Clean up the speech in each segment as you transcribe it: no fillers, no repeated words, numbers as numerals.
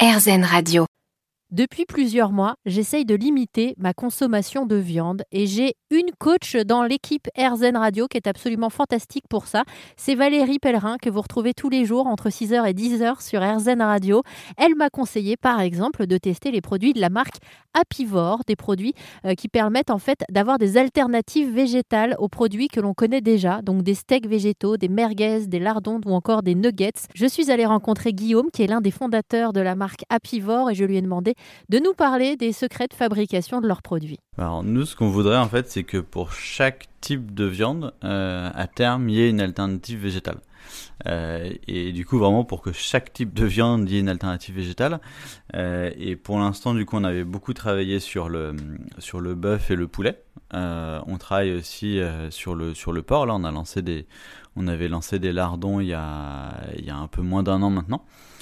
RZN Radio. Depuis plusieurs mois, j'essaye de limiter ma consommation de viande et j'ai une coach dans l'équipe RZN Radio qui est absolument fantastique pour ça. C'est Valérie Pellerin que vous retrouvez tous les jours entre 6h et 10h sur RZN Radio. Elle m'a conseillé par exemple de tester les produits de la marque Apivore, des produits qui permettent en fait d'avoir des alternatives végétales aux produits que l'on connaît déjà, donc des steaks végétaux, des merguez, des lardons ou encore des nuggets. Je suis allée rencontrer Guillaume qui est l'un des fondateurs de la marque Apivore et je lui ai demandé de nous parler des secrets de fabrication de leurs produits. Alors nous, ce qu'on voudrait en fait, c'est que pour chaque type de viande, à terme, il y ait une alternative végétale. Et du coup, vraiment pour que chaque type de viande, il y ait une alternative végétale. Et pour l'instant, du coup, on avait beaucoup travaillé sur le bœuf et le poulet. On travaille aussi sur le porc. Là, on avait lancé des lardons il y a un peu moins d'un an maintenant.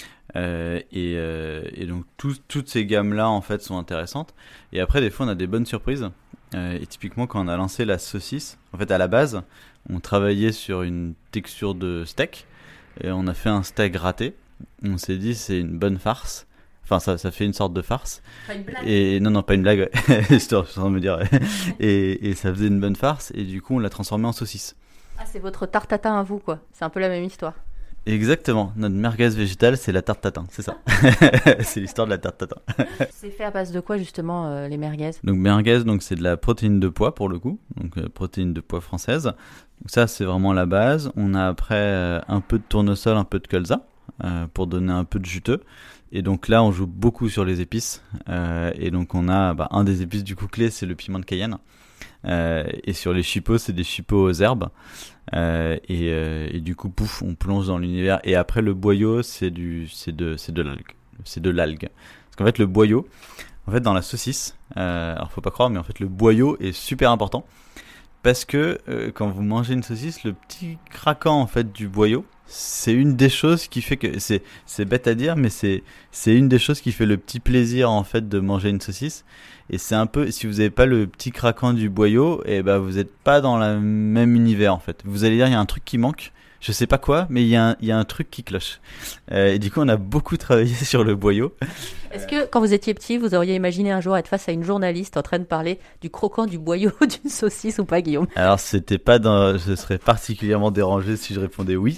Et donc toutes ces gammes-là en fait sont intéressantes. Et après des fois on a des bonnes surprises. Et typiquement quand on a lancé la saucisse, en fait à la base on travaillait sur une texture de steak et on a fait un steak raté. On s'est dit c'est une bonne farce. Enfin ça fait une sorte de farce. Pas une blague. Et non pas une blague. Ouais. Je suis en train de me dire. Ouais. Et ça faisait une bonne farce et du coup on l'a transformé en saucisse. Ah, c'est votre tarte tatin à vous quoi. C'est un peu la même histoire. Exactement, notre merguez végétale, c'est la tarte tatin, c'est ça. C'est l'histoire de la tarte tatin. C'est fait à base de quoi justement les merguez ? Donc merguez, c'est de la protéine de pois pour le coup, donc protéine de pois française. Donc ça c'est vraiment la base. On a après un peu de tournesol, un peu de colza pour donner un peu de juteux. Et donc là on joue beaucoup sur les épices. Et donc on a un des épices du coup clé, c'est le piment de Cayenne. Et sur les chipots, c'est des chipots aux herbes. Et du coup, pouf, on plonge dans l'univers. Et après, le boyau, c'est de l'algue. C'est de l'algue. Parce qu'en fait, le boyau, en fait, dans la saucisse, alors faut pas croire, mais en fait, le boyau est super important. Parce que quand vous mangez une saucisse, le petit craquant en fait du boyau, c'est une des choses qui fait que c'est bête à dire, mais c'est une des choses qui fait le petit plaisir en fait de manger une saucisse. Et c'est un peu, si vous n'avez pas le petit craquant du boyau, et vous n'êtes pas dans le même univers en fait. Vous allez dire il y a un truc qui manque. Je sais pas quoi, mais il y a un truc qui cloche. Et du coup, on a beaucoup travaillé sur le boyau. Est-ce que quand vous étiez petit, vous auriez imaginé un jour être face à une journaliste en train de parler du croquant du boyau d'une saucisse ou pas, Guillaume ? Alors, je serais particulièrement dérangé si je répondais oui.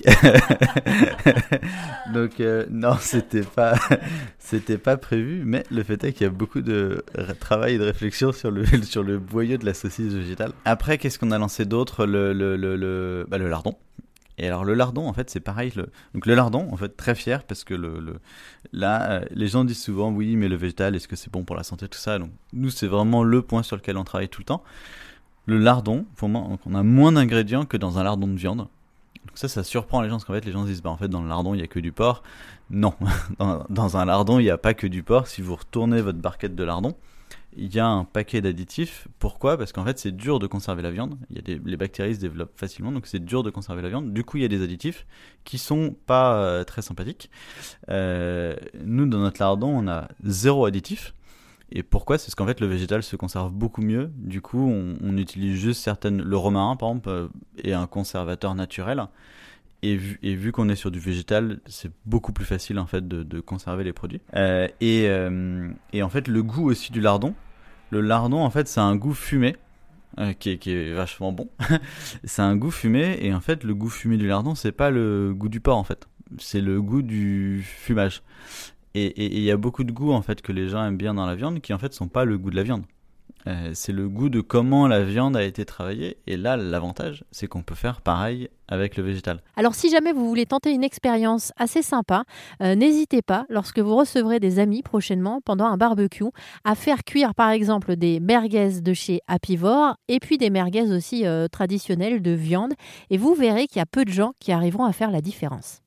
Donc, non, c'était pas prévu, mais le fait est qu'il y a beaucoup de travail et de réflexion sur le boyau de la saucisse végétale. Après, qu'est-ce qu'on a lancé d'autre ? Le lardon. Et alors le lardon en fait c'est pareil, donc le lardon en fait très fier parce que les gens disent souvent oui mais le végétal est-ce que c'est bon pour la santé tout ça, donc nous c'est vraiment le point sur lequel on travaille tout le temps. Le lardon pour moi on a moins d'ingrédients que dans un lardon de viande, donc ça surprend les gens parce qu'en fait les gens se disent en fait dans le lardon il y a que du porc. Non, dans un lardon il n'y a pas que du porc. Si vous retournez votre barquette de lardon, il y a un paquet d'additifs. Pourquoi ? Parce qu'en fait, c'est dur de conserver la viande. Les bactéries se développent facilement, donc c'est dur de conserver la viande. Du coup, il y a des additifs qui sont pas très sympathiques. Nous, dans notre lardon, on a 0 additif. Et pourquoi ? C'est parce qu'en fait, le végétal se conserve beaucoup mieux. Du coup, on utilise juste le romarin, par exemple, est un conservateur naturel. Et vu qu'on est sur du végétal, c'est beaucoup plus facile en fait de conserver les produits. Et en fait, le goût aussi du lardon. Le lardon, en fait, c'est un goût fumé qui est vachement bon. C'est un goût fumé et en fait, le goût fumé du lardon, c'est pas le goût du porc en fait. C'est le goût du fumage. Et il y a beaucoup de goûts en fait que les gens aiment bien dans la viande qui en fait sont pas le goût de la viande. C'est le goût de comment la viande a été travaillée. Et là, l'avantage, c'est qu'on peut faire pareil avec le végétal. Alors, si jamais vous voulez tenter une expérience assez sympa, n'hésitez pas, lorsque vous recevrez des amis prochainement pendant un barbecue, à faire cuire par exemple des merguez de chez Apivore et puis des merguez aussi traditionnelles de viande. Et vous verrez qu'il y a peu de gens qui arriveront à faire la différence.